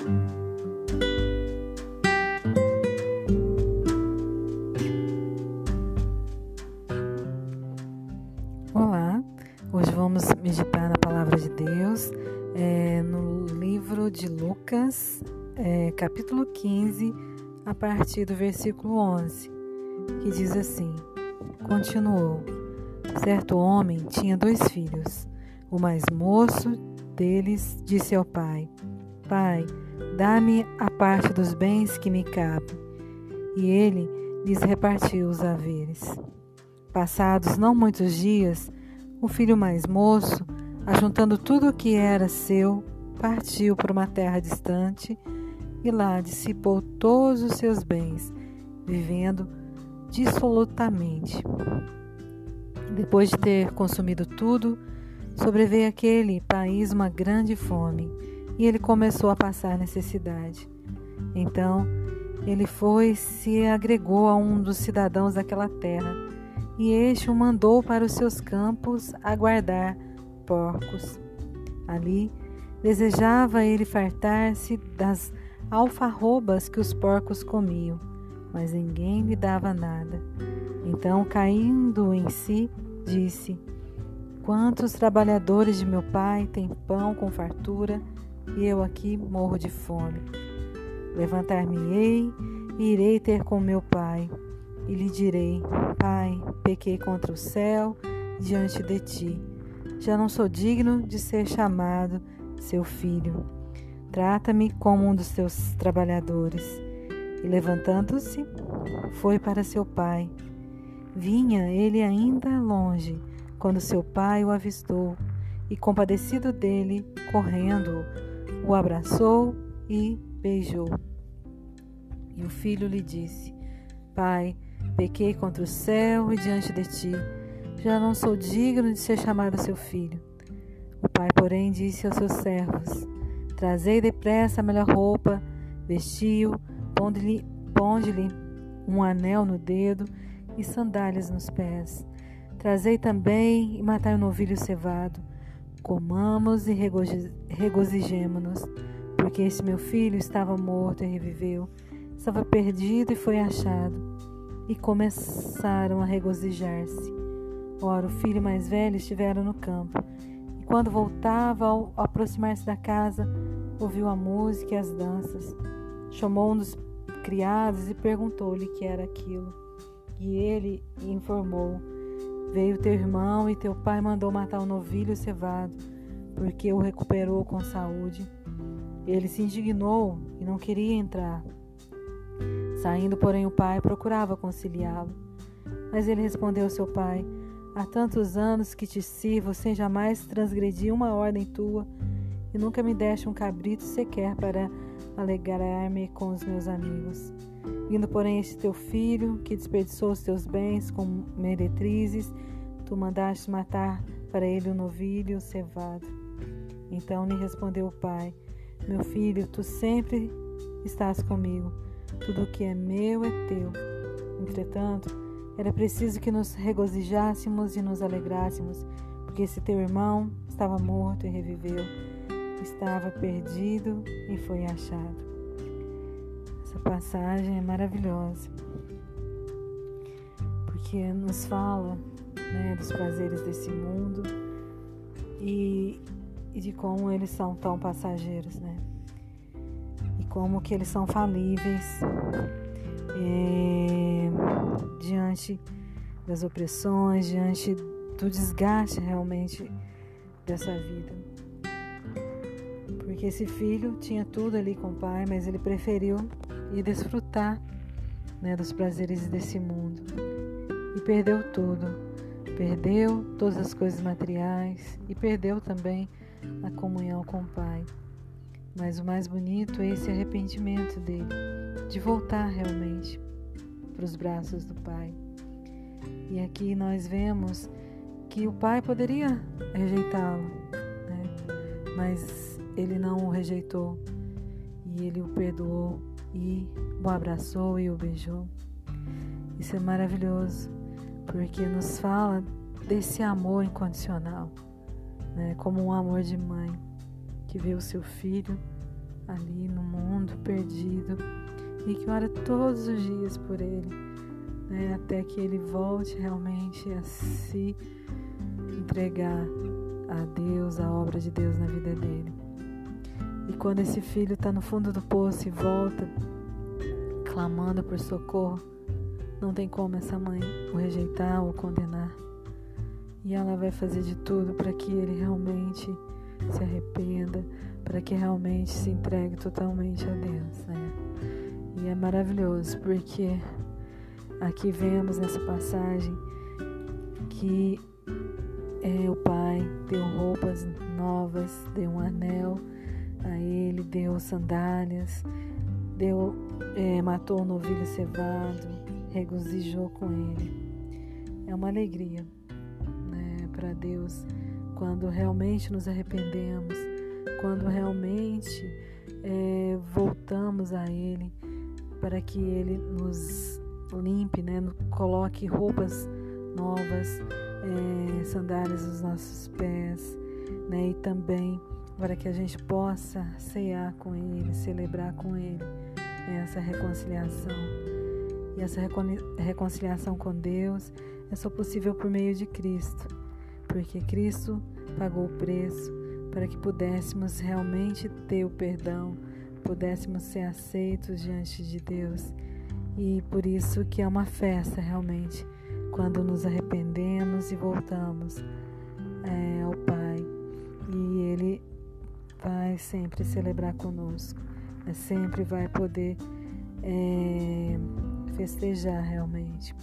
Olá, hoje vamos meditar na Palavra de Deus, no livro de Lucas, capítulo 15, a partir do versículo 11, que diz assim: Continuou, certo homem tinha 2 filhos. O mais moço deles disse ao pai: Pai, dá-me a parte dos bens que me cabe. E ele lhes repartiu os haveres. Passados não muitos dias, o filho mais moço, ajuntando tudo o que era seu, partiu para uma terra distante e lá dissipou todos os seus bens, vivendo dissolutamente. Depois de ter consumido tudo, sobreveio àquele país uma grande fome e ele começou a passar necessidade. Então, ele foi e se agregou a um dos cidadãos daquela terra, e este o mandou para os seus campos a guardar porcos. Ali desejava ele fartar-se das alfarrobas que os porcos comiam, mas ninguém lhe dava nada. Então, caindo em si, disse: Quantos trabalhadores de meu pai têm pão com fartura, e eu aqui morro de fome. Levantar-me-ei e irei ter com meu pai, e lhe direi: Pai, pequei contra o céu diante de ti. Já não sou digno de ser chamado seu filho. Trata-me como um dos teus trabalhadores. E levantando-se, foi para seu pai. Vinha ele ainda longe, quando seu pai o avistou, e compadecido dele, correndo, o abraçou e beijou. E o filho lhe disse: Pai, pequei contra o céu e diante de ti. Já não sou digno de ser chamado seu filho. O pai, porém, disse aos seus servos: Trazei depressa a melhor roupa, vestiu, ponde-lhe um anel no dedo e sandálias nos pés. Trazei também e matai um novilho cevado. Comamos e regozijemo-nos, porque este meu filho estava morto e reviveu, estava perdido e foi achado. E começaram a regozijar-se. Ora, o filho mais velho estivera no campo, e quando voltava, ao aproximar-se da casa, ouviu a música e as danças. Chamou um dos criados e perguntou-lhe o que era aquilo. E ele informou: Veio teu irmão e teu pai mandou matar o novilho cevado, porque o recuperou com saúde. Ele se indignou e não queria entrar. Saindo, porém, o pai procurava conciliá-lo. Mas ele respondeu ao seu pai: Há tantos anos que te sirvo sem jamais transgredir uma ordem tua, e nunca me deste um cabrito sequer para alegrar-me com os meus amigos. Vindo, porém, este teu filho, que desperdiçou os teus bens com meretrizes, tu mandaste matar para ele o novilho cevado. Então lhe respondeu o pai: Meu filho, tu sempre estás comigo. Tudo o que é meu é teu. Entretanto, era preciso que nos regozijássemos e nos alegrássemos, porque esse teu irmão estava morto e reviveu, estava perdido e foi achado. Essa passagem é maravilhosa, porque nos fala, dos prazeres desse mundo e de como eles são tão passageiros, e como que eles são falíveis diante das opressões, diante do desgaste realmente dessa vida. Porque esse filho tinha tudo ali com o pai, mas ele preferiu ir desfrutar, dos prazeres desse mundo, e perdeu tudo. Perdeu todas as coisas materiais e perdeu também a comunhão com o pai. Mas o mais bonito é esse arrependimento dele, de voltar realmente para os braços do pai. E aqui nós vemos que o pai poderia rejeitá-lo, mas ele não o rejeitou, e ele o perdoou e o abraçou e o beijou. Isso é maravilhoso, porque nos fala desse amor incondicional, como um amor de mãe que vê o seu filho ali no mundo perdido e que ora todos os dias por ele, né, até que ele volte realmente a se entregar a Deus, a obra de Deus na vida dele. E quando esse filho está no fundo do poço e volta clamando por socorro, não tem como essa mãe o rejeitar ou condenar. E ela vai fazer de tudo para que ele realmente se arrependa, para que realmente se entregue totalmente a Deus, né? E é maravilhoso, porque aqui vemos nessa passagem que o pai deu roupas novas, deu um anel a ele, deu sandálias, matou um novilho cevado, regozijou com ele. É uma alegria, né, para Deus quando realmente nos arrependemos, quando realmente voltamos a Ele, para que Ele nos limpe, né, coloque roupas novas, sandálias nos nossos pés, né, e também para que a gente possa cear com Ele, celebrar com Ele essa reconciliação. E essa reconciliação com Deus é só possível por meio de Cristo, porque Cristo pagou o preço para que pudéssemos realmente ter o perdão, pudéssemos ser aceitos diante de Deus. E por isso que é uma festa realmente, quando nos arrependemos e voltamos ao Pai. E Ele vai sempre celebrar conosco, sempre vai poder festejar realmente.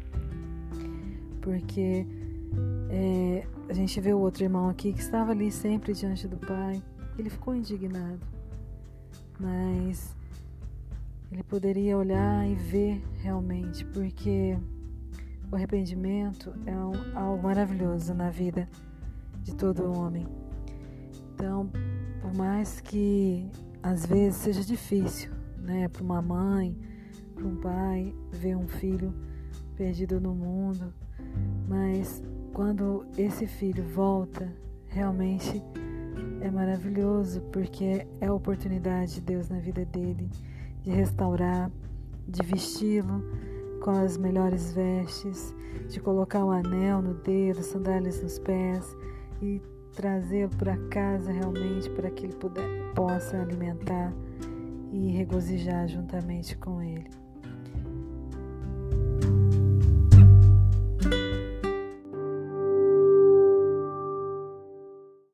Porque a gente vê o outro irmão aqui que estava ali sempre diante do Pai. Ele ficou indignado, mas ele poderia olhar e ver realmente, porque o arrependimento é algo maravilhoso na vida de todo homem. Então, por mais que às vezes seja difícil, né, para uma mãe, para um pai ver um filho perdido no mundo, mas quando esse filho volta, realmente é maravilhoso, porque é a oportunidade de Deus na vida dele de restaurar, de vesti-lo com as melhores vestes, de colocar um anel no dedo, sandálias nos pés e trazê-lo para casa realmente para que ele possa alimentar e regozijar juntamente com ele.